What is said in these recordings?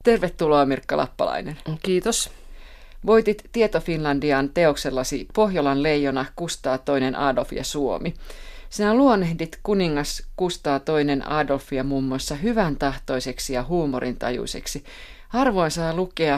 Tervetuloa Mirkka Lappalainen. Kiitos. Voitit Tieto Finlandian teoksellasi Pohjolan leijona Kustaa II Adolf ja Suomi. Sinä luonnehdit kuningas Kustaa II Adolfia muun muassa hyvän tahtoiseksi ja huumorintajuiseksi. Harvoin saa lukea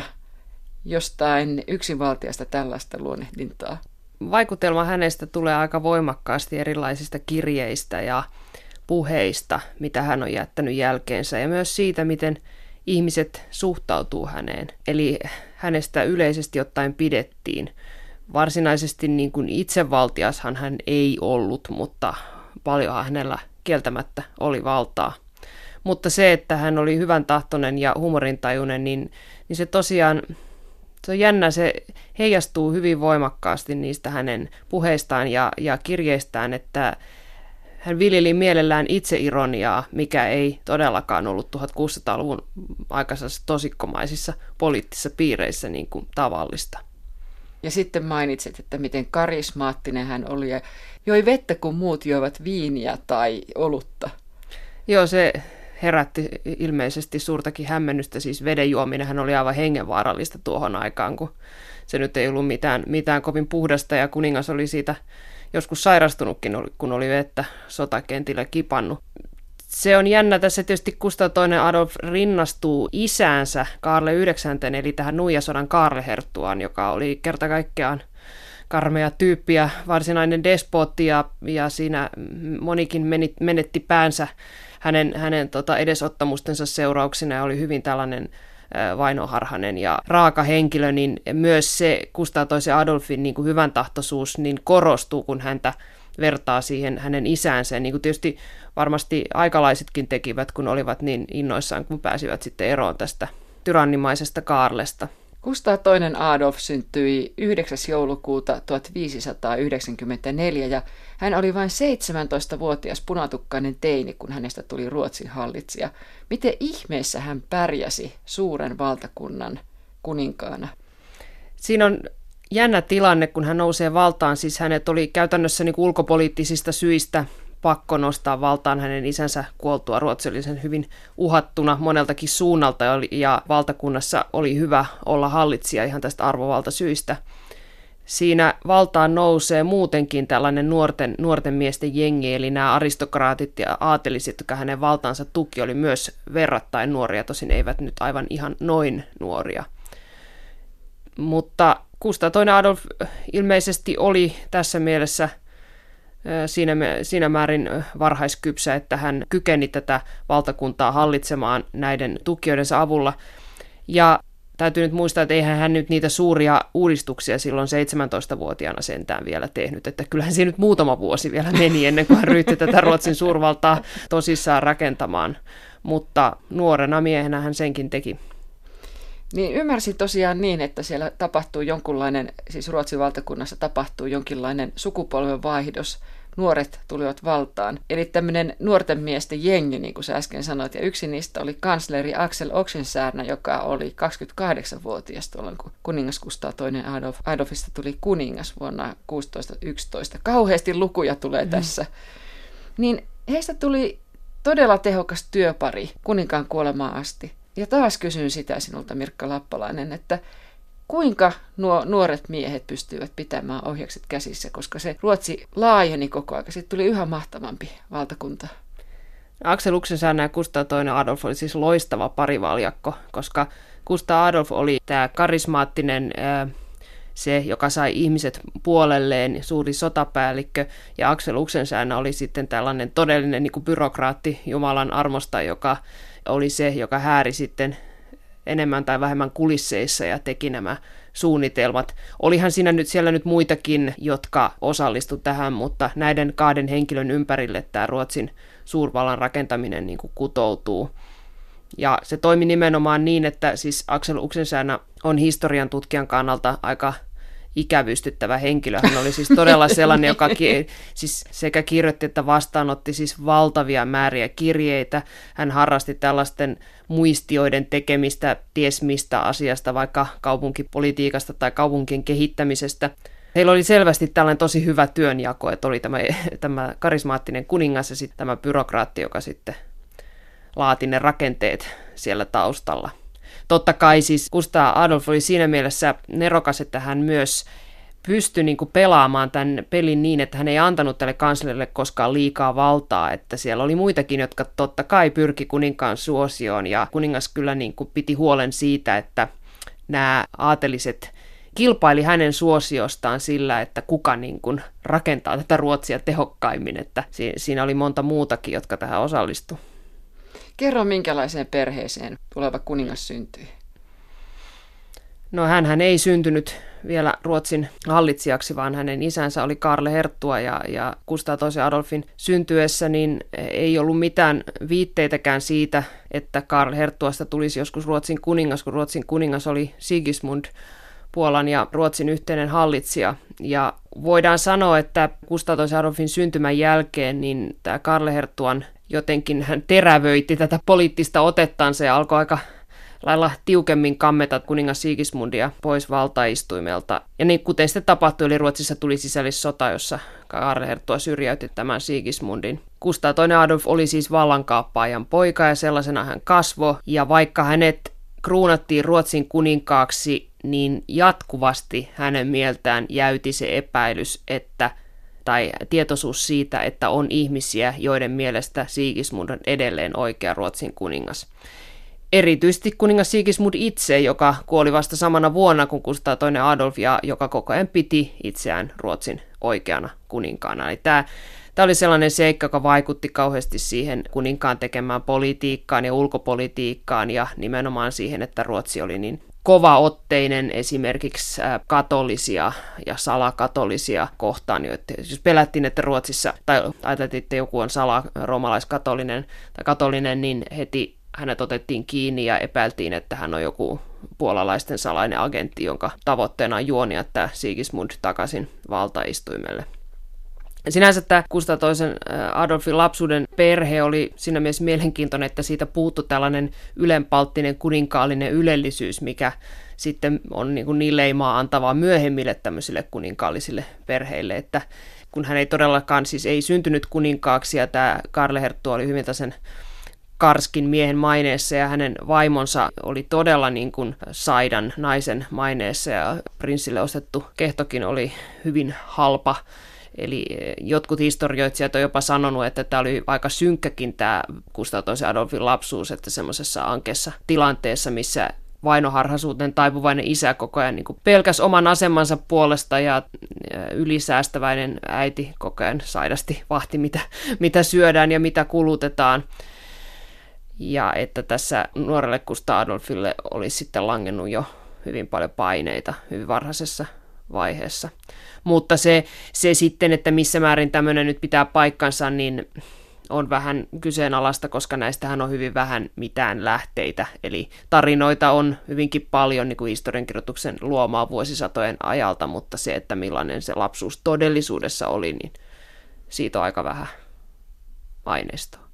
jostain yksinvaltiasta tällaista luonnehdintaa. Vaikutelma hänestä tulee aika voimakkaasti erilaisista kirjeistä ja puheista, mitä hän on jättänyt jälkeensä, ja myös siitä, miten ihmiset suhtautuu häneen. Eli hänestä yleisesti ottaen pidettiin. Varsinaisesti niin kuin itsevaltiashan hän ei ollut, mutta paljonhan hänellä kieltämättä oli valtaa. Mutta se, että hän oli hyvän tahtoinen ja huumorintajuinen, niin se tosiaan, se on jännä, se heijastuu hyvin voimakkaasti niistä hänen puheistaan ja kirjeistään, että hän viljeli mielellään itseironiaa, mikä ei todellakaan ollut 1600-luvun aikaisessa tosikkomaisissa poliittisissa piireissä niin kuin tavallista. Ja sitten mainitsit, että miten karismaattinen hän oli ja joi vettä, kun muut joivat viiniä tai olutta. Joo, se herätti ilmeisesti suurtakin hämmennystä, siis veden juominen hän oli aivan hengenvaarallista tuohon aikaan, kun se nyt ei ollut mitään kovin puhdasta ja kuningas oli siitä joskus sairastunutkin, kun oli vettä sotakentillä kipannut. Se on jännä tässä tietysti Kustaa II Adolf rinnastuu isäänsä Kaarle IX, eli tähän Nuijasodan Kaarleherttuaan, joka oli kerta kaikkiaan karmea tyyppi ja varsinainen despootti, ja siinä monikin menetti päänsä hänen edesottamustensa seurauksena ja oli hyvin tällainen vainoharhainen ja raaka henkilö, niin myös se Kustaa II Adolfin niin kuin hyvän tahtoisuus niin korostuu, kun häntä vertaa siihen hänen isäänsä, niin kuin tietysti varmasti aikalaisetkin tekivät, kun olivat niin innoissaan, kun pääsivät sitten eroon tästä tyrannimaisesta Kaarlesta. Kustaa II Adolf syntyi 9. joulukuuta 1594 ja hän oli vain 17-vuotias punatukkainen teini, kun hänestä tuli Ruotsin hallitsija. Miten ihmeessä hän pärjäsi suuren valtakunnan kuninkaana? Siinä on jännä tilanne, kun hän nousee valtaan, siis hänet oli käytännössä niin kuin ulkopoliittisista syistä pakko nostaa valtaan hänen isänsä kuoltua. Ruotsi oli sen hyvin uhattuna moneltakin suunnalta ja valtakunnassa oli hyvä olla hallitsija ihan tästä arvovaltasyistä. Siinä valtaan nousee muutenkin tällainen nuorten miesten jengi, eli nämä aristokraatit ja aateliset, jotka hänen valtaansa tuki, oli myös verrattain nuoria, tosin eivät nyt aivan ihan noin nuoria. Mutta Kustaa II Adolf ilmeisesti oli tässä mielessä siinä määrin varhaiskypsä, että hän kykeni tätä valtakuntaa hallitsemaan näiden tukijoidensa avulla. Ja täytyy nyt muistaa, että eihän hän nyt niitä suuria uudistuksia silloin 17-vuotiaana sentään vielä tehnyt, että kyllähän siinä nyt muutama vuosi vielä meni ennen kuin hän ryhtyi tätä Ruotsin suurvaltaa tosissaan rakentamaan, mutta nuorena miehenä hän senkin teki. Niin ymmärsin tosiaan niin, että siellä tapahtuu jonkunlainen, siis Ruotsin valtakunnassa tapahtuu jonkinlainen sukupolvenvaihdos. Nuoret tulivat valtaan. Eli tämmöinen nuorten miesten jengi, niin kuin sä äsken sanoit, ja yksi niistä oli kansleri Axel Oxenstierna, joka oli 28-vuotias tuolloin, kun kuningas Kustaa II Adolfista tuli kuningas vuonna 1611. Kauheasti lukuja tulee tässä. Niin heistä tuli todella tehokas työpari kuninkaan kuolemaan asti. Ja taas kysyn sitä sinulta, Mirkka Lappalainen, että kuinka nuo nuoret miehet pystyivät pitämään ohjakset käsissä, koska se Ruotsi laajeni koko ajan, siitä tuli yhä mahtavampi valtakunta. Axel Oxenstierna ja Kustaa II Adolf oli siis loistava parivaljakko, koska Kustaa Adolf oli tämä karismaattinen, se, joka sai ihmiset puolelleen, suuri sotapäällikkö, ja Axel Oxenstierna oli sitten tällainen todellinen niin kuin byrokraatti Jumalan armosta, joka oli se, joka hääri sitten enemmän tai vähemmän kulisseissa ja teki nämä suunnitelmat. Olihan siellä nyt muitakin, jotka osallistuivat tähän, mutta näiden kahden henkilön ympärille tämä Ruotsin suurvallan rakentaminen niin kuin kutoutuu. Ja se toimi nimenomaan niin, että siis Axel Oxenstierna on historian tutkijan kannalta aika ikävystyttävä henkilö. Hän oli siis todella sellainen, joka siis sekä kirjoitti että vastaanotti siis valtavia määriä kirjeitä. Hän harrasti tällaisten muistioiden tekemistä ties mistä asiasta, vaikka kaupunkipolitiikasta tai kaupunkien kehittämisestä. Heillä oli selvästi tällainen tosi hyvä työnjako, että oli tämä karismaattinen kuningas ja sitten tämä byrokraatti, joka sitten laati ne rakenteet siellä taustalla. totta kai siis Gustav Adolf oli siinä mielessä nerokas, että hän myös pystyi niin kuin pelaamaan tämän pelin niin, että hän ei antanut tälle kanslerille koskaan liikaa valtaa, että siellä oli muitakin, jotka totta kai pyrki kuninkaan suosioon, ja kuningas kyllä niin kuin piti huolen siitä, että nämä aateliset kilpaili hänen suosiostaan sillä, että kuka niin kuin rakentaa tätä Ruotsia tehokkaimmin, että siinä oli monta muutakin, jotka tähän osallistu. Kerro, minkälaiseen perheeseen tuleva kuningas syntyi? No hänhän ei syntynyt vielä Ruotsin hallitsijaksi, vaan hänen isänsä oli Karle Herttua, ja Gustav II Adolfin syntyessä niin ei ollut mitään viitteitäkään siitä, että Karle Herttuasta tulisi joskus Ruotsin kuningas, kun Ruotsin kuningas oli Sigismund, Puolan ja Ruotsin yhteinen hallitsija. Ja voidaan sanoa, että Gustav II Adolfin syntymän jälkeen niin tämä Karle Herttuan jotenkin hän terävöitti tätä poliittista otettansa ja alkoi aika lailla tiukemmin kammeta kuningas Sigismundia pois valtaistuimelta. Ja niin kuten sitten tapahtui, eli Ruotsissa tuli sisällissota, jossa Karle Herttua syrjäytti tämän Sigismundin. Gustav II Adolf oli siis vallankaappaajan poika ja sellaisena hän kasvoi. Ja vaikka hänet kruunattiin Ruotsin kuninkaaksi, niin jatkuvasti hänen mieltään jäyti se epäilys, tai tietoisuus siitä, että on ihmisiä, joiden mielestä Sigismund on edelleen oikea Ruotsin kuningas. Erityisesti kuningas Sigismund itse, joka kuoli vasta samana vuonna kuin Gustav II Adolf ja joka koko ajan piti itseään Ruotsin oikeana kuninkaana. Eli tämä oli sellainen seikka, joka vaikutti kauheasti siihen kuninkaan tekemään politiikkaan ja ulkopolitiikkaan ja nimenomaan siihen, että Ruotsi oli niin kovaotteinen esimerkiksi katolisia ja salakatolisia kohtaan, joita jos pelättiin, että Ruotsissa, tai ajateltiin, että joku on romalaiskatolinen tai katolinen, niin heti hänet otettiin kiinni ja epäiltiin, että hän on joku puolalaisten salainen agentti, jonka tavoitteena on juonia tämä Sigismund takaisin valtaistuimelle. Sinänsä tämä Gustav II Adolfin lapsuuden perhe oli siinä mielessä mielenkiintoinen, että siitä puuttui tällainen ylenpalttinen kuninkaallinen ylellisyys, mikä sitten on niin leimaa antavaa myöhemmille tämmöisille kuninkaallisille perheille, että kun hän ei todellakaan siis ei syntynyt kuninkaaksi ja tämä Karle Herttua oli hyvin sen karskin miehen maineessa ja hänen vaimonsa oli todella niin kuin saidan naisen maineessa ja prinssille ostettu kehtokin oli hyvin halpa. Eli jotkut historioitsijat on jopa sanonut, että tämä oli aika synkkäkin tämä Gustav II Adolfin lapsuus, että semmoisessa ankeassa tilanteessa, missä vainoharhaisuuteen taipuvainen isä koko ajan niin kuin pelkäsi oman asemansa puolesta ja ylisäästäväinen äiti koko ajan sairasti vahti, mitä syödään ja mitä kulutetaan. Ja että tässä nuorelle Gustav Adolfille olisi sitten langennut jo hyvin paljon paineita hyvin varhaisessa vaiheessa. Mutta se sitten, että missä määrin tämmöinen nyt pitää paikkansa, niin on vähän kyseenalaista, koska näistähän on hyvin vähän mitään lähteitä. Eli tarinoita on hyvinkin paljon niin kuin historiankirjoituksen luomaa vuosisatojen ajalta, mutta se, että millainen se lapsuus todellisuudessa oli, niin siitä on aika vähän aineistoa.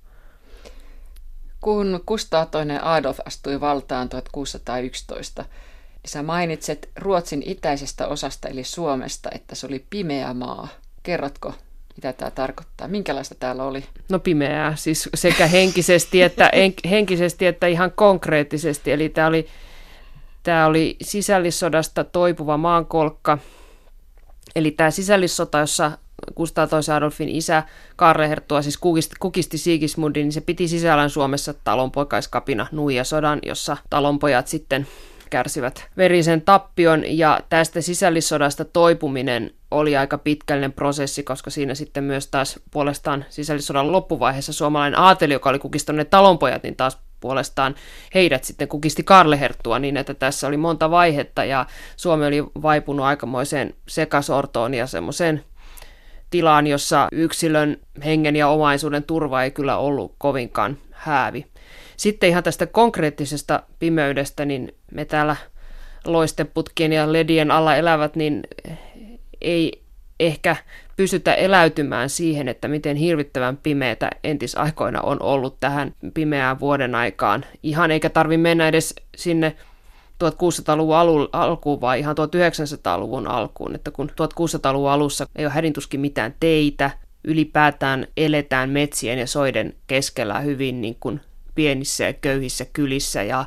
Kun Gustav II Adolf astui valtaan 1611, niin sä mainitset Ruotsin itäisestä osasta eli Suomesta, että se oli pimeä maa. Kerrotko, mitä tämä tarkoittaa? Minkälaista täällä oli? No pimeää, siis sekä henkisesti että ihan konkreettisesti. Eli tämä oli sisällissodasta toipuva maankolkka. Eli tämä sisällissota, jossa Gustav II Adolfin isä Karle Herttua siis kukisti Sigismundin, niin se piti sisällään Suomessa talonpoikaiskapina Nuijasodan, jossa talonpojat sitten kärsivät verisen tappion, ja tästä sisällissodasta toipuminen oli aika pitkällinen prosessi, koska siinä sitten myös taas puolestaan sisällissodan loppuvaiheessa suomalainen aateli, joka oli kukistanut talonpojat, niin taas puolestaan heidät sitten kukisti Karle Herttua, niin että tässä oli monta vaihetta, ja Suomi oli vaipunut aikamoiseen sekasortoon ja semmoiseen tilaan, jossa yksilön hengen ja omaisuuden turva ei kyllä ollut kovinkaan häävi. Sitten ihan tästä konkreettisesta pimeydestä, niin me täällä loisteputkien ja ledien alla elävät, niin ei ehkä pystytä eläytymään siihen, että miten hirvittävän pimeätä entisaikoina on ollut tähän pimeään vuoden aikaan. Ihan eikä tarvitse mennä edes sinne 1600-luvun alkuun, vaan ihan 1900-luvun alkuun, että kun 1600-luvun alussa ei ole hädintuskin mitään teitä, ylipäätään eletään metsien ja soiden keskellä hyvin niin kuin pienissä ja köyhissä kylissä ja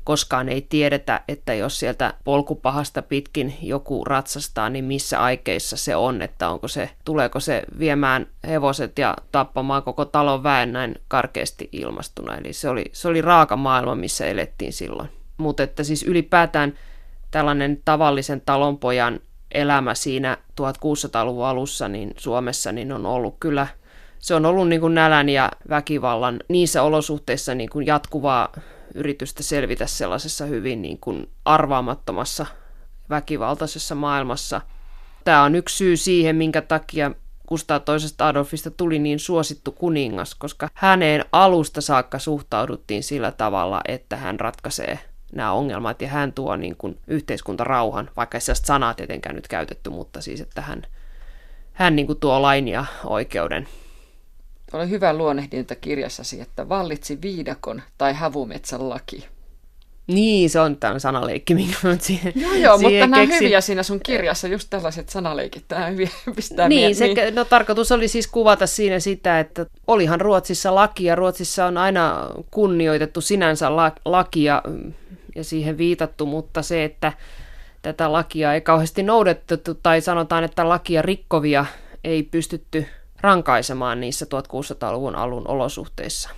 koskaan ei tiedetä, että jos sieltä polkupahasta pitkin joku ratsastaa, niin missä aikeissa se on, että tuleeko se viemään hevoset ja tappamaan koko talon väen näin karkeasti ilmastuna. Eli se oli raaka maailma, missä elettiin silloin. Mutta että siis ylipäätään tällainen tavallisen talonpojan elämä siinä 1600-luvun alussa niin Suomessa niin on ollut kyllä, se on ollut niin kuin nälän ja väkivallan niissä olosuhteissa niin kuin jatkuvaa yritystä selvitä sellaisessa hyvin niin kuin arvaamattomassa väkivaltaisessa maailmassa. Tämä on yksi syy siihen, minkä takia Kustaa toisesta Adolfista tuli niin suosittu kuningas, koska häneen alusta saakka suhtauduttiin sillä tavalla, että hän ratkaisee nämä ongelmat ja hän tuo niin kuin yhteiskuntarauhan, vaikka ei sellaista sanaa tietenkään nyt käytetty, mutta siis, että hän niin kuin tuo lain ja oikeuden. Oli hyvä luonnehdinta kirjassasi, että vallitsi viidakon tai havumetsän laki. Niin, se on tämä sanaleikki, minkä mä siihen Joo, mutta nämä on hyviä siinä sun kirjassa, just tällaiset sanaleikit, tämä hyviä pistää niin, tarkoitus oli siis kuvata siinä sitä, että olihan Ruotsissa laki, ja Ruotsissa on aina kunnioitettu sinänsä lakia ja siihen viitattu, mutta se, että tätä lakia ei kauheasti noudatettu, tai sanotaan, että lakia rikkovia ei pystytty rankaisemaan niissä 1600-luvun alun olosuhteissa.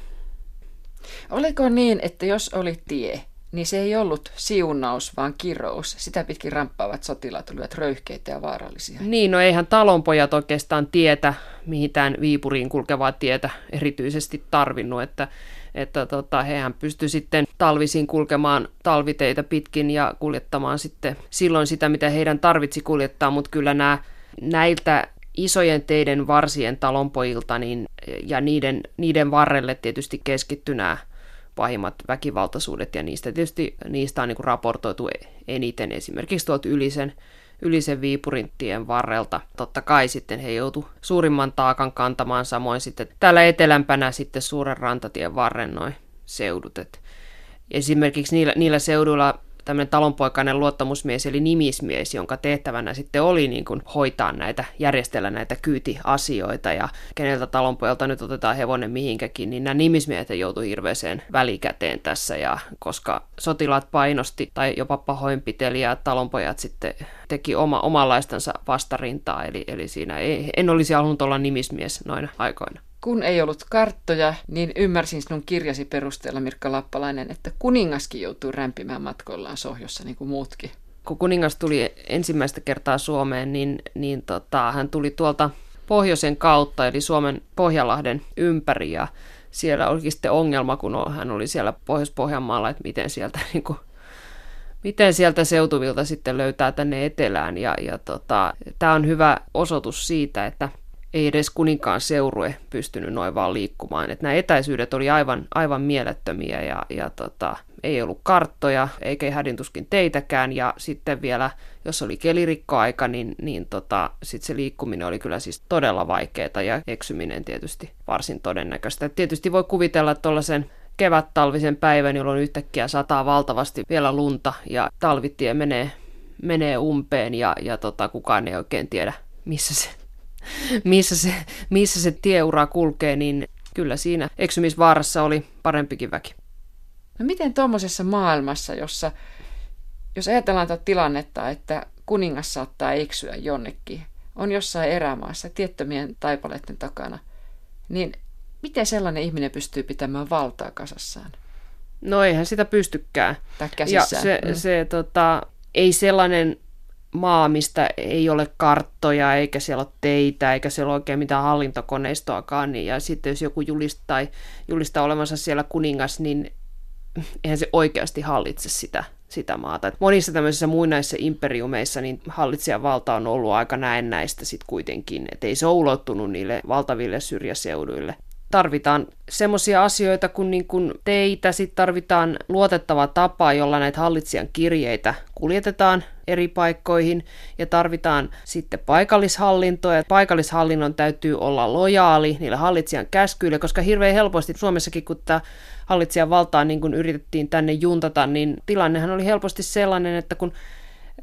Oliko niin, että jos oli tie, niin se ei ollut siunaus, vaan kirous. Sitä pitkin ramppaavat sotilaat olivat röyhkeitä ja vaarallisia. Niin, no eihän talonpojat oikeastaan tietä, mihin tämän Viipuriin kulkevaa tietä erityisesti tarvinnut, että hehän pysty sitten talvisin kulkemaan talviteitä pitkin ja kuljettamaan sitten silloin sitä, mitä heidän tarvitsi kuljettaa, mutta kyllä näiltä isojen teiden varsien talonpojilta niin, ja niiden varrelle tietysti keskittyi nämä pahimmat väkivaltaisuudet, ja niistä on niin kuin raportoitu eniten esimerkiksi tuolta Ylisen Viipurin tien varrelta. Totta kai sitten he joutu suurimman taakan kantamaan, samoin sitten täällä etelämpänä sitten Suuren rantatien varren noin seudut. Esimerkiksi niillä seuduilla tämmöinen talonpoikainen luottamusmies eli nimismies, jonka tehtävänä sitten oli niin kuin järjestellä näitä kyytiasioita ja keneltä talonpojalta nyt otetaan hevonen mihinkäkin, niin nämä nimismiehet joutui hirveäseen välikäteen tässä, ja koska sotilaat painosti tai jopa pahoinpiteli ja talonpojat sitten teki omanlaistansa vastarintaa, eli siinä en olisi halunnut olla nimismies noina aikoina. Kun ei ollut karttoja, niin ymmärsin sinun kirjasi perusteella, Mirkka Lappalainen, että kuningaskin joutuu rämpimään matkoillaan sohjossa niin kuin muutkin. Kun kuningas tuli ensimmäistä kertaa Suomeen, niin hän tuli tuolta pohjoisen kautta, eli Suomen Pohjanlahden ympäri, ja siellä olikin sitten ongelma, kun hän oli siellä Pohjois-Pohjanmaalla, että miten sieltä seutuvilta sitten löytää tänne etelään, ja tämä on hyvä osoitus siitä, että ei edes kuninkaan seurue pystynyt noin vaan liikkumaan. Että nämä etäisyydet oli aivan mielettömiä ja ei ollut karttoja eikä hädintuskin teitäkään. Ja sitten vielä, jos oli kelirikkoaika, niin sitten se liikkuminen oli kyllä siis todella vaikeaa ja eksyminen tietysti varsin todennäköistä. Et tietysti voi kuvitella tuollaisen kevät-talvisen päivän, jolloin yhtäkkiä sataa valtavasti vielä lunta ja talvitie menee umpeen ja kukaan ei oikein tiedä, missä se tieura kulkee, niin kyllä siinä eksymisvaarassa oli parempikin väki. No miten tuommoisessa maailmassa, jos ajatellaan tuota tilannetta, että kuningas saattaa eksyä jonnekin, on jossain erämaassa tiettömien taipaleiden takana, niin miten sellainen ihminen pystyy pitämään valtaa kasassaan? No eihän sitä pystykään. Tai käsissään. Ja ei sellainen maa, mistä ei ole karttoja, eikä siellä ole teitä, eikä siellä ole oikein mitään hallintokoneistoakaan, niin, ja sitten jos joku julistaa olevansa siellä kuningas, niin eihän se oikeasti hallitse sitä maata. Et monissa tämmöisissä muinaisissa imperiumeissa niin hallitsijan valta on ollut aika näennäistä sitten kuitenkin, että ei se ole ulottunut niille valtaville syrjäseuduille. Tarvitaan semmoisia asioita kuin teitä, sitten tarvitaan luotettava tapa, jolla näitä hallitsijan kirjeitä kuljetetaan eri paikkoihin, ja tarvitaan sitten paikallishallintoa, ja paikallishallinnon täytyy olla lojaali niille hallitsijan käskyille, koska hirveän helposti Suomessakin, kun tämä hallitsijan valtaa niin kun yritettiin tänne juntata, niin tilannehan oli helposti sellainen, että kun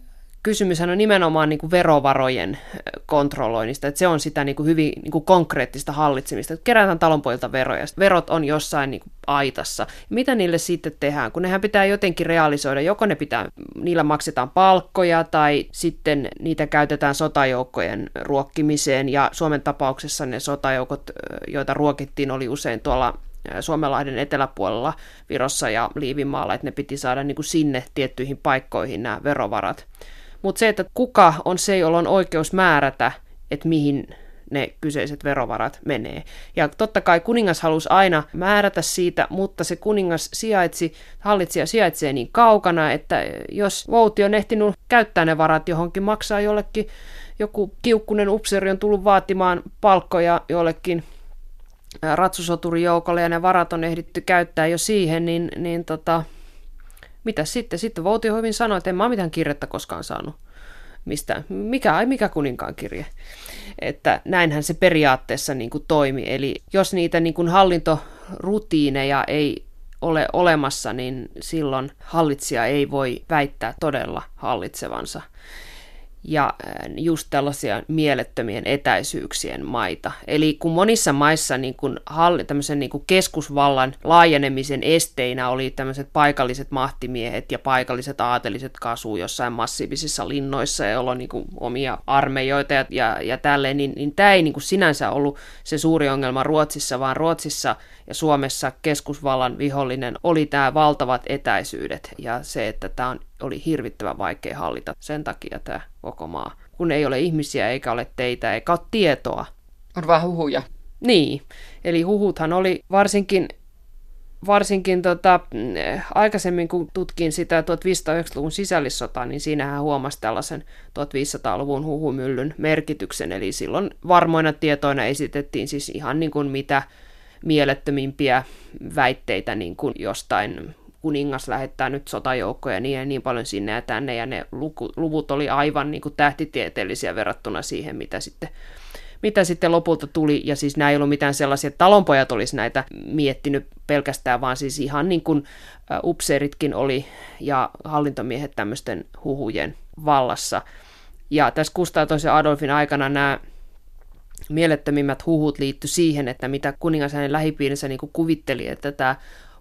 kysymyshän on nimenomaan niin kuin verovarojen kontrolloinnista, että se on sitä niin kuin hyvin niin kuin konkreettista hallitsemista, että kerätään talonpojilta veroja, verot on jossain niin kuin aitassa. Mitä niille sitten tehdään, kun nehän pitää jotenkin realisoida, joko niillä maksetaan palkkoja tai sitten niitä käytetään sotajoukkojen ruokkimiseen, ja Suomen tapauksessa ne sotajoukot, joita ruokittiin, oli usein tuolla Suomenlahden eteläpuolella Virossa ja Liivinmaalla, että ne piti saada niin kuin sinne tiettyihin paikkoihin nämä verovarat. Mutta se, että kuka on se, jolla on oikeus määrätä, että mihin ne kyseiset verovarat menee. Ja totta kai kuningas halusi aina määrätä siitä, mutta se hallitsija sijaitsee niin kaukana, että jos vouti on ehtinyt käyttää ne varat johonkin, maksaa jollekin, joku kiukkunen upseeri on tullut vaatimaan palkkoja jollekin ratsusoturijoukolle ja ne varat on ehditty käyttää jo siihen, niin mitä sitten? Sitten vouti hyvin sanoi, että en mä ole mitään kirjettä koskaan saanut mistään. Mikä kuninkaan kirje? Että näinhän se periaatteessa niin kuin toimi. Eli jos niitä niin kuin hallintorutiineja ei ole olemassa, niin silloin hallitsija ei voi väittää todella hallitsevansa. Ja just tällaisia mielettömien etäisyyksien maita. Eli kun monissa maissa niin kun tämmöisen niin kun keskusvallan laajenemisen esteinä oli tämmöiset paikalliset mahtimiehet ja paikalliset aateliset kasuu jossain massiivisissa linnoissa, joilla on niin kun omia armeijoita ja tälleen, niin tämä ei niin kun sinänsä ollut se suuri ongelma Ruotsissa, vaan Ruotsissa ja Suomessa keskusvallan vihollinen oli tämä valtavat etäisyydet ja se, että tämä oli hirvittävän vaikea hallita sen takia tämä koko maa. Kun ei ole ihmisiä, eikä ole teitä, eikä ole tietoa. On vaan huhuja. Niin, eli huhuthan oli varsinkin aikaisemmin, kun tutkin sitä 1590-luvun sisällissotaa, niin siinähän huomasi tällaisen 1500-luvun huhumyllyn merkityksen. Eli silloin varmoina tietoina esitettiin siis ihan niin kuin mitä mielettömimpiä väitteitä niin kuin jostain kuningas lähettää nyt sotajoukkoja niin ja niin paljon sinne ja tänne, ja ne luvut oli aivan niin kuin tähtitieteellisiä verrattuna siihen, mitä sitten lopulta tuli, ja siis nämä ei ollut mitään sellaisia, että talonpojat olisi näitä miettinyt pelkästään, vaan siis ihan niin kuin upseeritkin oli ja hallintomiehet tämmöisten huhujen vallassa. Ja tässä Kustaa II Adolfin aikana nämä mielettömimmät huhut liittyi siihen, että mitä kuningas hänen lähipiirinsä niin kuin kuvitteli, että tämä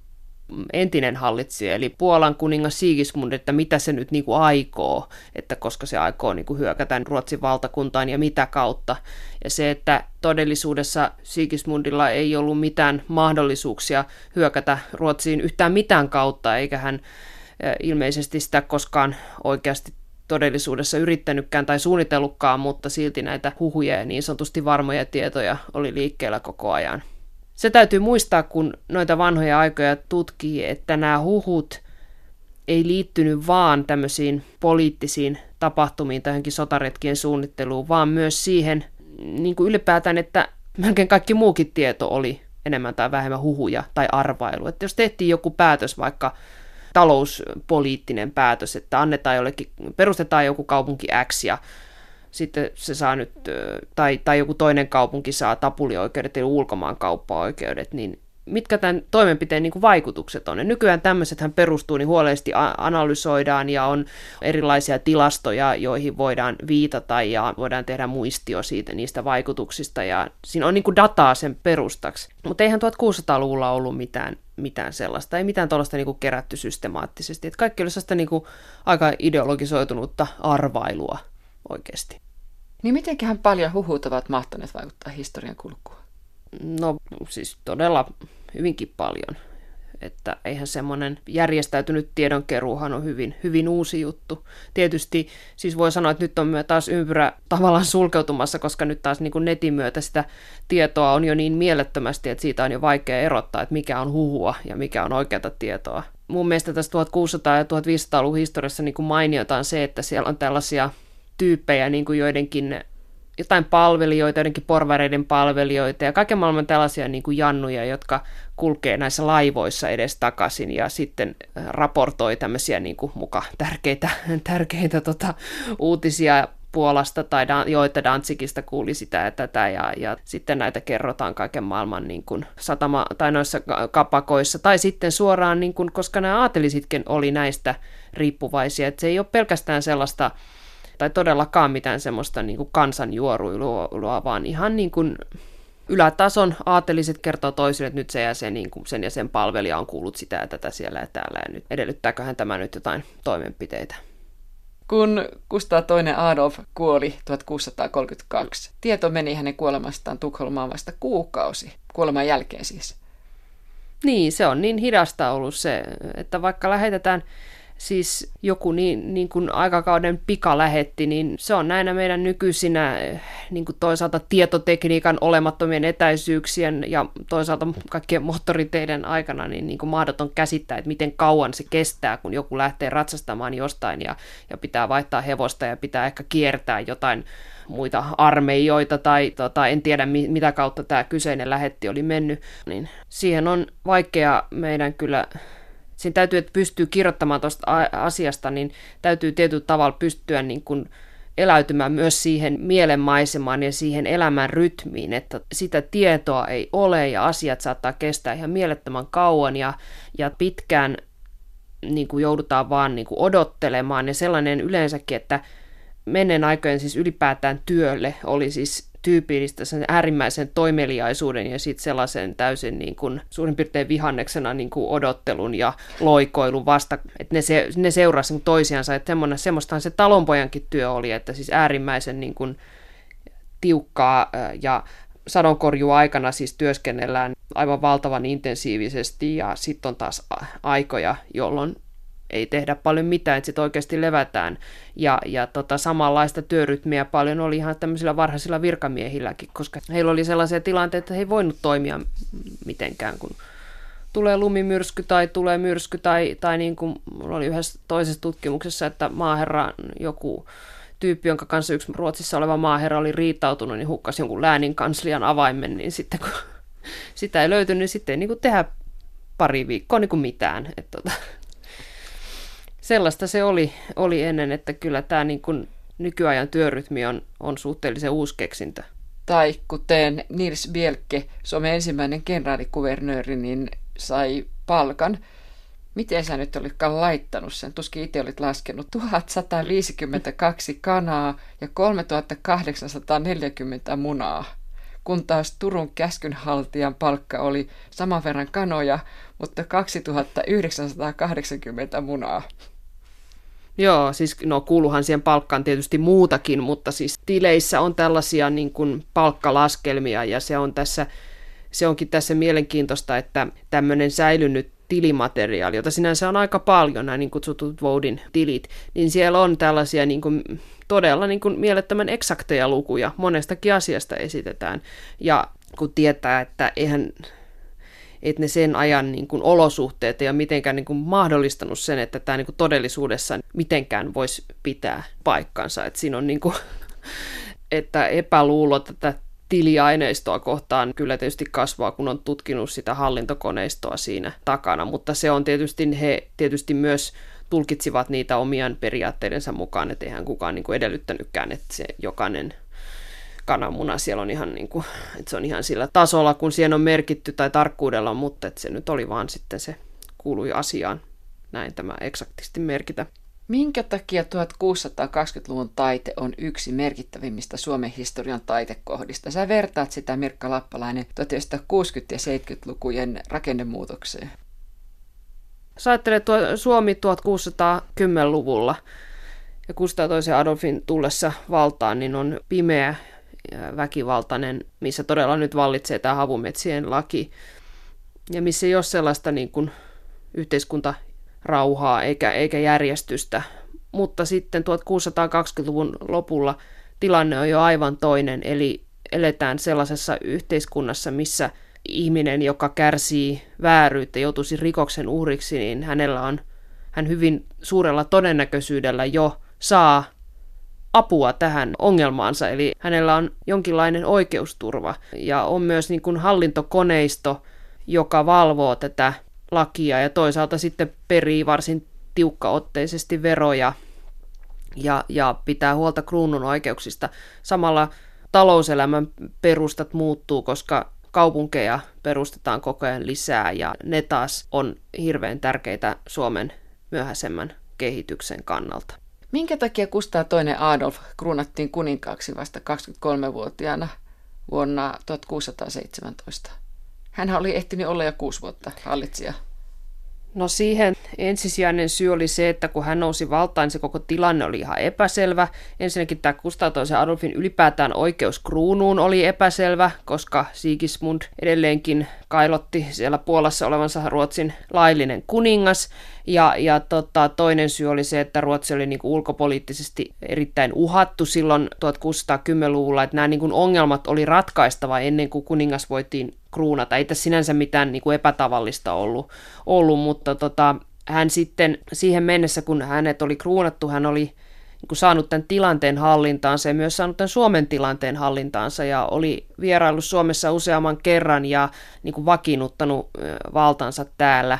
entinen hallitsija, eli Puolan kuningas Sigismund, että mitä se nyt niin kuin aikoo, että koska se aikoo niin kuin hyökätä Ruotsin valtakuntaan ja mitä kautta. Ja se, että todellisuudessa Sigismundilla ei ollut mitään mahdollisuuksia hyökätä Ruotsiin yhtään mitään kautta, eikä hän ilmeisesti sitä koskaan oikeasti todellisuudessa yrittänytkään tai suunnitellutkaan, mutta silti näitä huhuja ja niin sanotusti varmoja tietoja oli liikkeellä koko ajan. Se täytyy muistaa, kun noita vanhoja aikoja tutkii, että nämä huhut ei liittynyt vaan tämmöisiin poliittisiin tapahtumiin tai johonkin sotaretkien suunnitteluun, vaan myös siihen niin kuin ylipäätään, että melkein kaikki muukin tieto oli enemmän tai vähemmän huhuja tai arvailu. Että jos tehtiin joku päätös, vaikka talouspoliittinen päätös, että perustetaan joku kaupunki X ja sitten se saa nyt, tai joku toinen kaupunki saa tapulioikeudet eli ulkomaankauppaoikeudet, niin mitkä tämän toimenpiteen niin kuin vaikutukset on. Ja nykyään tämmöisethän perustuu, niin huolellisesti analysoidaan ja on erilaisia tilastoja, joihin voidaan viitata ja voidaan tehdä muistio niistä vaikutuksista ja siinä on niin kuin dataa sen perustaksi. Mutta eihän 1600-luvulla ollut mitään sellaista, ei mitään tuollaista niin kuin kerätty systemaattisesti. Et kaikki oli sellaista niin kuin aika ideologisoitunutta arvailua oikeasti. Niin mitenköhän paljon huhut ovat mahtaneet vaikuttaa historian kulkuun? No siis todella hyvinkin paljon. Että eihän semmoinen järjestäytynyt tiedonkeruuhan on hyvin uusi juttu. Tietysti siis voi sanoa, että nyt on taas ympyrä tavallaan sulkeutumassa, koska nyt taas niin kuin netin myötä sitä tietoa on jo niin mielettömästi, että siitä on jo vaikea erottaa, että mikä on huhua ja mikä on oikeata tietoa. Mun mielestä tässä 1600- ja 1500-luvun historiassa niin kuin mainiotaan se, että siellä on tällaisia tyyppejä niin kuin jotain palvelijoita, joidenkin porvareiden palvelijoita ja kaiken maailman tällaisia niin kuin jannuja, jotka kulkee näissä laivoissa edes takaisin ja sitten raportoi tämmöisiä niin kuin muka tärkeitä uutisia Puolasta tai joita Danzigista kuuli sitä ja tätä ja sitten näitä kerrotaan kaiken maailman niin kuin satama tai noissa kapakoissa tai sitten suoraan, niin kuin, koska nämä aatelisitkin oli näistä riippuvaisia, että se ei ole pelkästään sellaista tai todellakaan mitään semmoista niin kuin kansanjuoruilua, vaan ihan niin kuin ylätason aateliset kertoo toisille, että nyt se ja se, niin kuin sen ja sen palvelija on kuullut sitä ja tätä siellä ja täällä, ja nyt edellyttääköhän tämä nyt jotain toimenpiteitä. Kun Kustaa II Adolf kuoli 1632, tieto meni hänen kuolemastaan Tukholmaan vasta kuukausi, kuoleman jälkeen siis. Niin, se on niin hidasta ollut se, että vaikka lähetetään siis joku niin kuin aikakauden pikalähetti, niin se on näinä meidän nykyisinä niin kuin toisaalta tietotekniikan olemattomien etäisyyksien ja toisaalta kaikkien moottoriteiden aikana niin kuin mahdoton käsittää, että miten kauan se kestää, kun joku lähtee ratsastamaan jostain ja pitää vaihtaa hevosta ja pitää ehkä kiertää jotain muita armeijoita tai en tiedä mitä kautta tämä kyseinen lähetti oli mennyt, niin siihen on vaikea meidän kyllä. Siinä täytyy, että pystyy kirjoittamaan tuosta asiasta, niin täytyy tietyllä tavalla pystyä niin kuin eläytymään myös siihen mielenmaisemaan ja siihen elämän rytmiin, että sitä tietoa ei ole ja asiat saattaa kestää ihan mielettömän kauan ja pitkään niin kuin joudutaan vaan niin kuin odottelemaan ja sellainen yleensäkin, että menneen aikojen siis ylipäätään työlle oli siis tyypillistä sen äärimmäisen toimeliaisuuden ja sitten sellaisen täysin niin kuin, suurin piirtein vihanneksena niin kuin odottelun ja loikoilun vasta, että ne seurasivat toisiansa, että semmoistahan se talonpojankin työ oli, että siis äärimmäisen niin kuin tiukkaa ja sadonkorjuaikana siis työskennellään aivan valtavan intensiivisesti ja sitten on taas aikoja, jolloin ei tehdä paljon mitään, että sitten oikeasti levätään. Ja samanlaista työrytmiä paljon oli ihan tämmöisillä varhaisilla virkamiehilläkin, koska heillä oli sellaisia tilanteita, että he ei voinut toimia mitenkään, kun tulee lumimyrsky tai tulee myrsky tai niin kuin oli yhdessä toisessa tutkimuksessa, että maaherra joku tyyppi, jonka kanssa yksi Ruotsissa oleva maaherra oli riitautunut, niin hukkasi jonkun läänin kanslian avaimen, niin sitten kun sitä ei löytynyt, niin sitten ei niin kuin tehdä pari viikkoa niin kuin mitään. Sellaista se oli ennen, että kyllä tämä niin kuin nykyajan työrytmi on suhteellisen uusi keksintö. Tai kuten Nils Bjelke, Suomen ensimmäinen kenraalikuvernööri, niin sai palkan. Miten sä nyt olitkaan laittanut sen? Tuskin itse olit laskenut 1152 kanaa ja 3840 munaa. Kun taas Turun käskynhaltijan palkka oli saman verran kanoja, mutta 2980 munaa. Joo, siis kuuluhan siihen palkkaan tietysti muutakin, mutta siis tileissä on tällaisia niin kuin palkkalaskelmia ja se onkin tässä mielenkiintoista, että tämmöinen säilynyt tilimateriaali, jota sinänsä on aika paljon, nämä niin kutsutut Voudin tilit, niin siellä on tällaisia niin kuin, todella niin kuin mielettömän eksakteja lukuja, monestakin asiasta esitetään. Ja kun tietää, että että ne sen ajan niin kuin olosuhteet ei ole mitenkään niin kuin mahdollistanut sen, että tämä niin kuin todellisuudessa mitenkään voisi pitää paikkansa. Että siinä on niin kuin, että epäluulo tätä tiliaineistoa kohtaan kyllä tietysti kasvaa, kun on tutkinut sitä hallintokoneistoa siinä takana, mutta se on tietysti, he tietysti myös tulkitsivat niitä omien periaatteidensa mukaan, että eihän kukaan niin kuin edellyttänytkään, että se jokainen kananmuna siellä on ihan niin kuin, että se on ihan sillä tasolla, kun siihen on merkitty tai tarkkuudella, mutta että se nyt oli vaan sitten se kuului asiaan näin tämä eksaktisti merkitä. Minkä takia 1620-luvun taite on yksi merkittävimmistä Suomen historian taitekohdista? Sä vertaat sitä, Mirkka Lappalainen, 1960- ja 70-lukujen rakennemuutokseen. Sä ajattelet Suomi 1610-luvulla ja Kustaa II Adolfin tullessa valtaan, niin on pimeä ja väkivaltainen, missä todella nyt vallitsee tämä havumetsien laki ja missä ei ole sellaista niin kuin yhteiskuntarauhaa eikä järjestystä, mutta sitten 1620-luvun lopulla tilanne on jo aivan toinen, eli eletään sellaisessa yhteiskunnassa, missä ihminen, joka kärsii vääryyttä, joutuisi rikoksen uhriksi, niin hän hyvin suurella todennäköisyydellä jo saa apua tähän ongelmaansa, eli hänellä on jonkinlainen oikeusturva ja on myös niin kuin hallintokoneisto, joka valvoo tätä lakia ja toisaalta sitten perii varsin tiukkaotteisesti veroja ja pitää huolta kruunun oikeuksista. Samalla talouselämän perustat muuttuu, koska kaupunkeja perustetaan koko ajan lisää ja ne taas on hirveän tärkeitä Suomen myöhäisemmän kehityksen kannalta. Minkä takia Kustaa II Adolf kruunattiin kuninkaaksi vasta 23-vuotiaana vuonna 1617? Hänhän oli ehtinyt olla jo 6 vuotta hallitsija. No siihen ensisijainen syy oli se, että kun hän nousi valtaan, niin se koko tilanne oli ihan epäselvä. Ensinnäkin tämä Kustaa II Adolfin ylipäätään oikeus kruunuun oli epäselvä, koska Sigismund edelleenkin kailotti siellä Puolassa olevansa Ruotsin laillinen kuningas. Ja toinen syy oli se, että Ruotsi oli niin kuin ulkopoliittisesti erittäin uhattu silloin 1610-luvulla, että nämä niin kuin ongelmat oli ratkaistava ennen kuin kuningas voitiin kruunata. Ei tässä sinänsä mitään niin kuin epätavallista ollut, mutta hän sitten siihen mennessä, kun hänet oli kruunattu, hän oli niin kuin saanut tämän tilanteen hallintaansa ja myös saanut tämän Suomen tilanteen hallintaansa ja oli vieraillut Suomessa useamman kerran ja niin kuin vakiinnuttanut valtansa täällä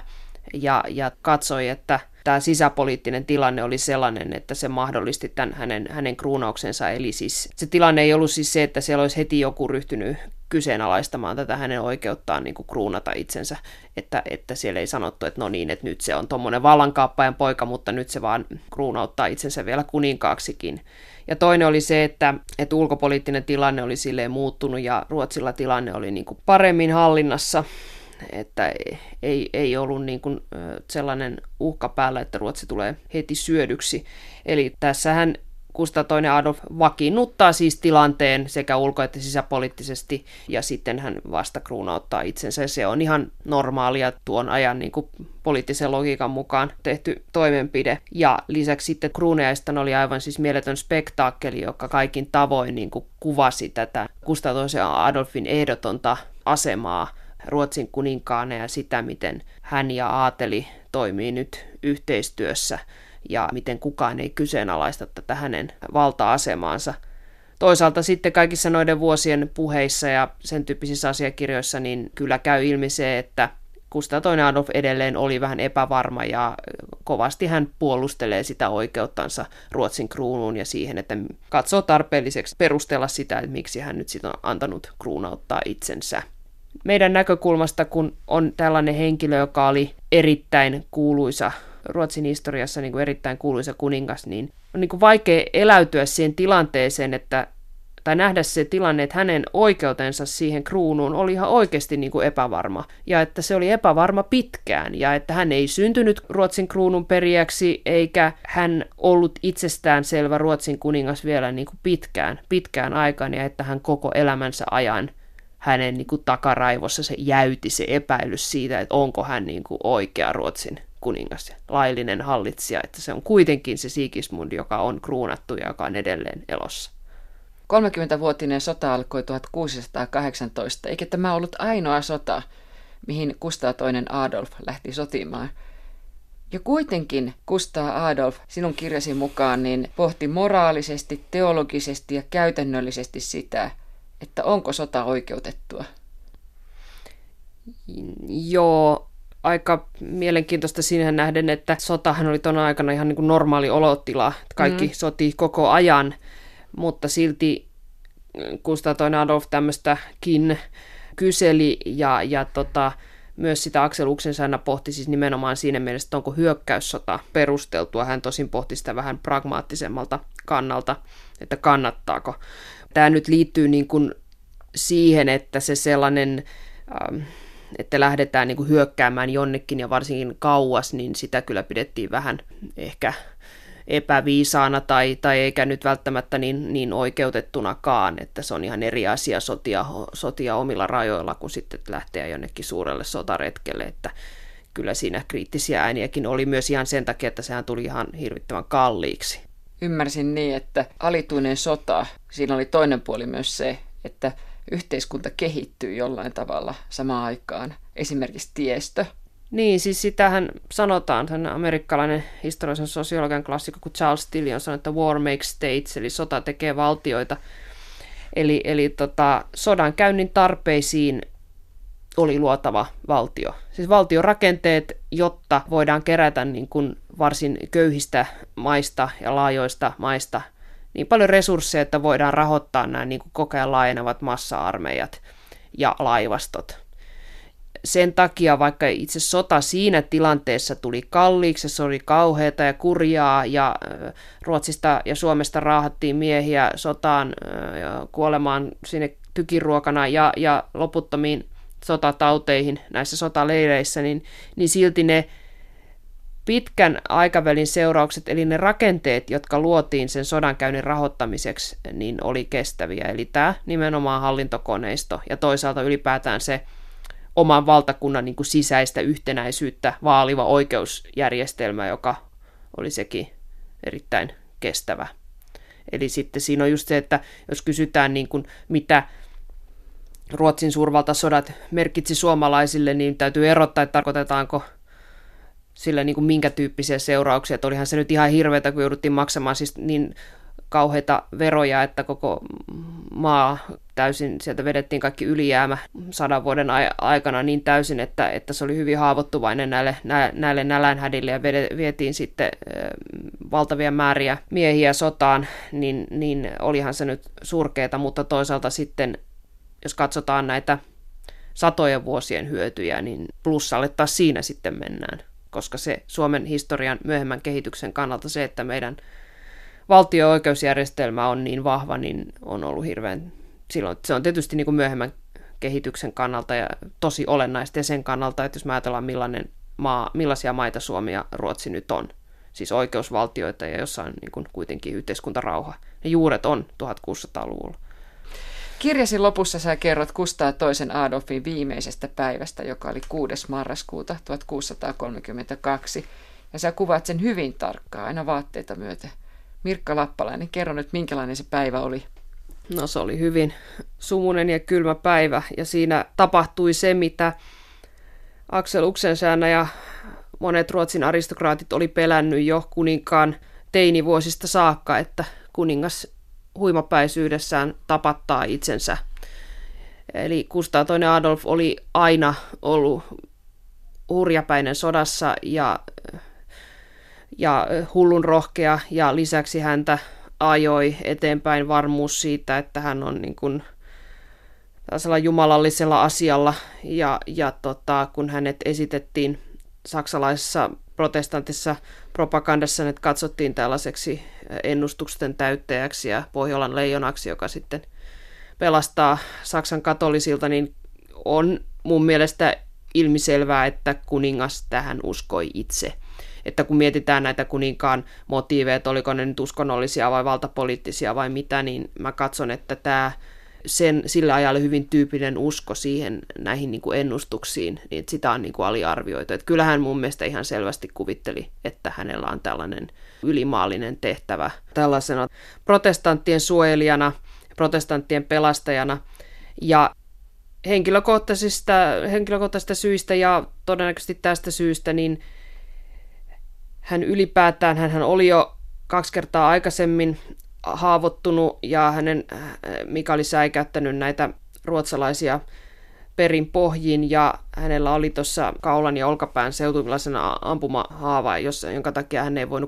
ja katsoi, että tämä sisäpoliittinen tilanne oli sellainen, että se mahdollisti tämän hänen kruunauksensa. Eli siis se tilanne ei ollut siis se, että siellä olisi heti joku ryhtynyt kyseenalaistamaan tätä hänen oikeuttaan niin kuin kruunata itsensä, että siellä ei sanottu, että no niin, että nyt se on tuommoinen vallankaappajan poika, mutta nyt se vaan kruunauttaa itsensä vielä kuninkaaksikin. Ja toinen oli se, että ulkopoliittinen tilanne oli silleen muuttunut ja Ruotsilla tilanne oli niin kuin paremmin hallinnassa, että ei ollut niin kuin sellainen uhka päällä, että Ruotsi tulee heti syödyksi. Eli tässähän Kustaa II Adolf vakiinnuttaa siis tilanteen sekä ulko- että sisäpoliittisesti, ja sitten hän vasta kruunauttaa itsensä. Ja se on ihan normaalia tuon ajan niin kuin poliittisen logiikan mukaan tehty toimenpide. Ja lisäksi sitten kruunajaisten oli aivan siis mieletön spektaakkeli, joka kaikin tavoin niin kuin kuvasi tätä Kustaa II Adolfin ehdotonta asemaa Ruotsin kuninkaana ja sitä, miten hän ja aateli toimii nyt yhteistyössä ja miten kukaan ei kyseenalaista tätä hänen valta-asemaansa. Toisaalta sitten kaikissa noiden vuosien puheissa ja sen tyyppisissä asiakirjoissa niin kyllä käy ilmi se, että Kustaa II Adolf edelleen oli vähän epävarma ja kovasti hän puolustelee sitä oikeuttansa Ruotsin kruunuun ja siihen, että katsoo tarpeelliseksi perustella sitä, että miksi hän nyt sitten on antanut kruunauttaa itsensä. Meidän näkökulmasta, kun on tällainen henkilö, joka oli erittäin kuuluisa Ruotsin historiassa, niin kuin erittäin kuuluisa kuningas, niin on niin kuin vaikea eläytyä siihen tilanteeseen, tai nähdä se tilanne, että hänen oikeutensa siihen kruunuun oli ihan oikeasti niin kuin epävarma, ja että se oli epävarma pitkään, ja että hän ei syntynyt Ruotsin kruunun perijäksi, eikä hän ollut itsestäänselvä Ruotsin kuningas vielä niin kuin pitkään aikaan, ja että hän koko elämänsä ajan hänen niin kuin takaraivossa se jäyti se epäilys siitä, että onko hän niin kuin oikea Ruotsin kuningas, laillinen hallitsija, että se on kuitenkin se Sigismund, joka on kruunattu ja joka on edelleen elossa. 30-vuotinen sota alkoi 1618, eikä tämä ollut ainoa sota, mihin Kustaa II Adolf lähti sotimaan. Ja kuitenkin Kustaa Adolf, sinun kirjasi mukaan, niin pohti moraalisesti, teologisesti ja käytännöllisesti sitä, että onko sota oikeutettua? Joo, aika mielenkiintoista siinä nähden, että sotahan oli tuona aikana ihan niin kuin normaali olotila. Kaikki sotii koko ajan, mutta silti Kustaa II Adolf tämmöistäkin kyseli ja myös sitä Axel Oxenstierna pohti siis nimenomaan siinä mielessä, että onko hyökkäyssota perusteltua. Hän tosin pohti sitä vähän pragmaattisemmalta kannalta, että kannattaako. Tämä nyt liittyy niin kuin siihen, että se sellainen, että lähdetään niin kuin hyökkäämään jonnekin ja varsinkin kauas, niin sitä kyllä pidettiin vähän ehkä epäviisaana tai eikä nyt välttämättä niin oikeutettunakaan, että se on ihan eri asia sotia omilla rajoilla, kun sitten lähteä jonnekin suurelle sotaretkelle, että kyllä siinä kriittisiä ääniäkin oli myös ihan sen takia, että sehän tuli ihan hirvittävän kalliiksi. Ymmärsin niin, että alituinen sota, siinä oli toinen puoli myös se, että yhteiskunta kehittyy jollain tavalla samaan aikaan, esimerkiksi tiestö. Niin, siis sitähän sanotaan, sen amerikkalainen historiallisen sosiologian klassikko kuin Charles Tilly on sanonut, että war makes states, eli sota tekee valtioita. Eli sodan käynnin tarpeisiin oli luotava valtio. Siis valtiorakenteet, jotta voidaan kerätä niin kuin varsin köyhistä maista ja laajoista maista niin paljon resursseja, että voidaan rahoittaa nämä niin kuin koko ajan laajenevat massa-armeijat ja laivastot. sen takia, vaikka itse sota siinä tilanteessa tuli kalliiksi, se oli kauheata ja kurjaa, ja Ruotsista ja Suomesta raahattiin miehiä sotaan ja kuolemaan sinne tykiruokana ja loputtomiin sotatauteihin näissä sotaleireissä, niin silti ne pitkän aikavälin seuraukset, eli ne rakenteet, jotka luotiin sen sodankäynnin rahoittamiseksi, niin oli kestäviä. Eli tämä nimenomaan hallintokoneisto ja toisaalta ylipäätään se oman valtakunnan niin kuin sisäistä yhtenäisyyttä vaaliva oikeusjärjestelmä, joka oli sekin erittäin kestävä. Eli sitten siinä on just se, että jos kysytään niin kuin, mitä Ruotsin suurvaltasodat merkitsi suomalaisille, niin täytyy erottaa, että tarkoitetaanko sillä niin kuin minkä tyyppisiä seurauksia. Että olihan se nyt ihan hirveätä, kun jouduttiin maksamaan siis niin kauheita veroja, että koko maa täysin, sieltä vedettiin kaikki ylijäämä 100 vuoden aikana niin täysin, että se oli hyvin haavoittuvainen näille nälänhädille ja vietiin sitten valtavia määriä miehiä sotaan, niin olihan se nyt surkeeta, mutta toisaalta sitten, jos katsotaan näitä satojen vuosien hyötyjä, niin plussalle taas siinä sitten mennään, koska se Suomen historian myöhemmän kehityksen kannalta se, että meidän valtio-oikeusjärjestelmä on niin vahva, niin on ollut hirveän, silloin se on tietysti niin kuin myöhemmän kehityksen kannalta ja tosi olennaista ja sen kannalta, että jos me ajatellaan millaisia maita Suomi ja Ruotsi nyt on, siis oikeusvaltioita ja jossain niin kuin kuitenkin yhteiskuntarauha. Ne juuret on 1600-luvulla. Kirjasi lopussa sä kerrot Kustaa II Adolfin viimeisestä päivästä, joka oli 6. marraskuuta 1632, ja sä kuvaat sen hyvin tarkkaan, aina vaatteita myöten. Mirkka Lappalainen, kerro nyt, minkälainen se päivä oli. No se oli hyvin sumuinen ja kylmä päivä, ja siinä tapahtui se, mitä Axel Oxenstierna ja monet Ruotsin aristokraatit oli pelännyt jo kuninkaan teinivuosista saakka, että kuningas huimapäisyydessään tapattaa itsensä. Eli Kustaa II Adolf oli aina ollut hurjapäinen sodassa ja hullun rohkea, ja lisäksi häntä ajoi eteenpäin varmuus siitä, että hän on niin kuin tällaisella jumalallisella asialla, ja kun hänet esitettiin saksalaisessa protestanttisessa propagandassa, että katsottiin tällaiseksi ennustusten täyttäjäksi ja Pohjolan leijonaksi, joka sitten pelastaa Saksan katolisilta, niin on mun mielestä ilmiselvää, että kuningas tähän uskoi itse. Että kun mietitään näitä kuninkaan motiiveja, että oliko ne nyt uskonnollisia vai valtapoliittisia vai mitä, niin mä katson, että tämä sillä ajalla hyvin tyypillinen usko siihen näihin niin kuin ennustuksiin, niin että sitä on niin kuin aliarvioitu. Että kyllähän mun mielestä ihan selvästi kuvitteli, että hänellä on tällainen ylimaallinen tehtävä tällaisena protestanttien suojelijana, protestanttien pelastajana, ja henkilökohtaisista syistä ja todennäköisesti tästä syystä, niin hän ylipäätään, hän oli jo 2 kertaa aikaisemmin haavoittunut ja mikä oli säikäyttänyt näitä ruotsalaisia perin pohjin, ja hänellä oli tuossa kaulan ja olkapään seutuvilla ampumahaava, jonka takia hän ei voinut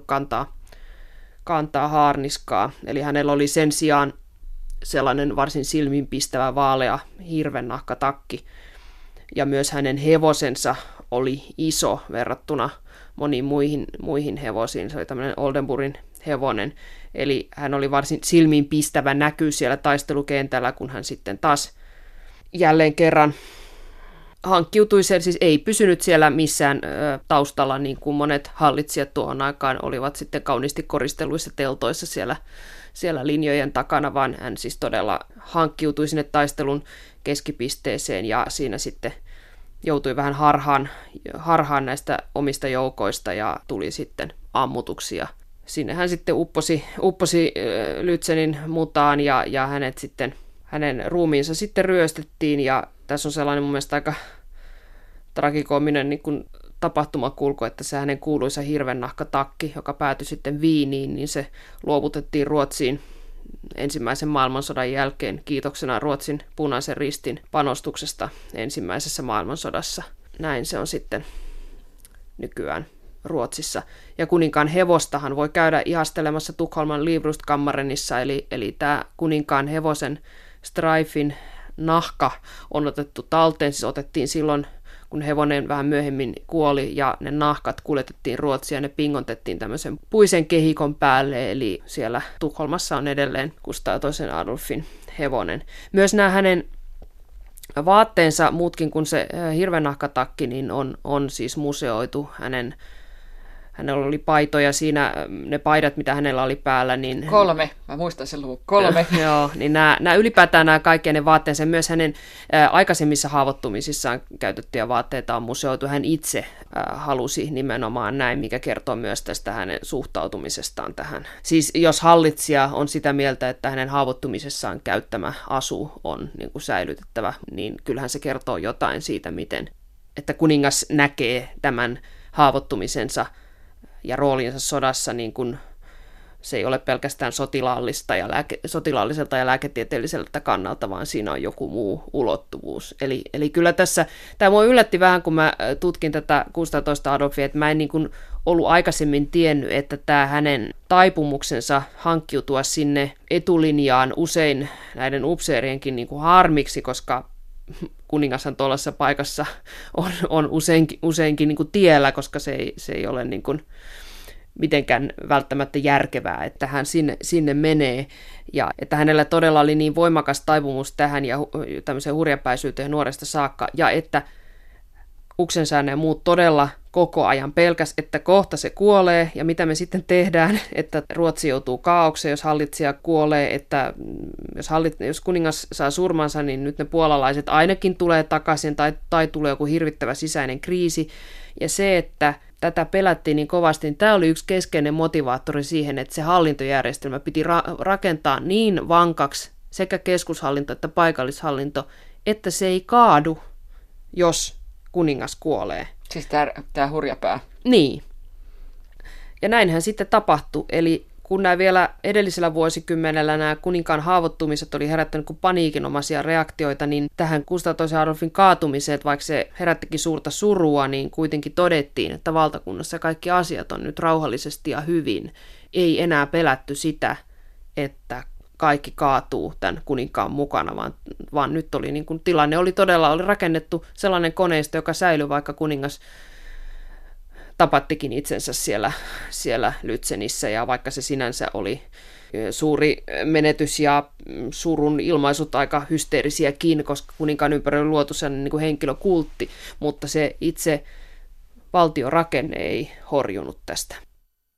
kantaa haarniskaa. Eli hänellä oli sen sijaan sellainen varsin silmiinpistävä vaalea hirvennahkatakki, ja myös hänen hevosensa oli iso verrattuna moniin muihin hevosiin. Se oli tämmöinen Oldenburgin hevonen, eli hän oli varsin silmiinpistävä näky siellä taistelukentällä, kun hän sitten taas jälleen kerran hankkiutui, siis ei pysynyt siellä missään taustalla, niin kuin monet hallitsijat tuohon aikaan olivat sitten kauniisti koristelluissa teltoissa siellä linjojen takana, vaan hän siis todella hankkiutui sinne taistelun keskipisteeseen, ja siinä sitten joutui vähän harhaan näistä omista joukoista ja tuli sitten ammutuksia. Sinne hän sitten upposi Lützenin mutaan, ja hänen ruumiinsa sitten ryöstettiin, ja tässä on sellainen mun mielestä aika tragikoominen niin kuin tapahtumakulku, että se hänen kuuluisa hirvennahkatakki, joka päätyi sitten Viiniin, niin se luovutettiin Ruotsiin ensimmäisen maailmansodan jälkeen kiitoksena Ruotsin Punaisen Ristin panostuksesta ensimmäisessä maailmansodassa. Näin se on sitten nykyään Ruotsissa. Ja kuninkaan hevostahan voi käydä ihastelemassa Tukholman Livrustkammarenissa, eli tämä kuninkaan hevosen Streifin nahka on otettu talteen, siis otettiin silloin kun hevonen vähän myöhemmin kuoli ja ne nahkat kuljetettiin Ruotsiin ja ne pingotettiin tämmöisen puisen kehikon päälle, eli siellä Tukholmassa on edelleen Kustaa II Adolfin hevonen. Myös nämä hänen vaatteensa, muutkin kuin se hirvenahkatakki, niin on siis museoitu. Hänellä oli paitoja siinä, ne paidat, mitä hänellä oli päällä. Niin 3, mä muistan sen luvun, 3. Joo, niin nämä ylipäätään nämä kaikki ne vaatteensa, myös hänen aikaisemmissa haavoittumisissaan käytettyjä vaatteita on museoitu. Hän itse halusi nimenomaan näin, mikä kertoo myös tästä hänen suhtautumisestaan tähän. Siis jos hallitsija on sitä mieltä, että hänen haavoittumisessaan käyttämä asu on niin kuin säilytettävä, niin kyllähän se kertoo jotain siitä, miten että kuningas näkee tämän haavoittumisensa ja roolinsa sodassa, niin kuin se ei ole pelkästään sotilaalliselta ja lääketieteelliseltä kannalta, vaan siinä on joku muu ulottuvuus. Eli kyllä tässä, tämä minua yllätti vähän, kun mä tutkin tätä 16 Adolfia, että mä en niin kuin ollut aikaisemmin tiennyt, että tämä hänen taipumuksensa hankkiutua sinne etulinjaan usein näiden upseerienkin niin kuin harmiksi, koska kuningashan tuollaisessa paikassa on useinkin niin kuin tiellä, koska se ei ole niin kuin mitenkään välttämättä järkevää, että hän sinne menee, ja että hänellä todella oli niin voimakas taipumus tähän ja tämmöiseen hurjapäisyyteen nuoresta saakka, ja että Oxenstierna ja muut todella koko ajan pelkäs, että kohta se kuolee, ja mitä me sitten tehdään, että Ruotsi joutuu kaaukseen, jos hallitsija kuolee, että jos kuningas saa surmansa, niin nyt ne puolalaiset ainakin tulee takaisin, tai tulee joku hirvittävä sisäinen kriisi, ja se, että tätä pelättiin niin kovasti, niin tämä oli yksi keskeinen motivaattori siihen, että se hallintojärjestelmä piti rakentaa niin vankaksi, sekä keskushallinto että paikallishallinto, että se ei kaadu, jos kuningas kuolee. Siis tämä hurjapää. Niin. Ja näinhän sitten tapahtui. Eli kun nämä vielä edellisellä vuosikymmenellä nämä kuninkaan haavoittumiset oli herättänyt kuin paniikinomaisia reaktioita, niin tähän Kustaa II Adolfin kaatumiseen, vaikka se herättikin suurta surua, niin kuitenkin todettiin, että valtakunnassa kaikki asiat on nyt rauhallisesti ja hyvin. Ei enää pelätty sitä, että kaikki kaatuu tämän kuninkaan mukana, vaan nyt oli niin kuin tilanne oli rakennettu sellainen koneisto, joka säilyi, vaikka kuningas tapattikin itsensä siellä Lützenissä, ja vaikka se sinänsä oli suuri menetys ja surun ilmaisut aika hysteerisiäkin, koska kuninkaan ympärillä oli luotu sellainen niin kuin henkilökultti, mutta se itse valtiorakenne ei horjunut tästä.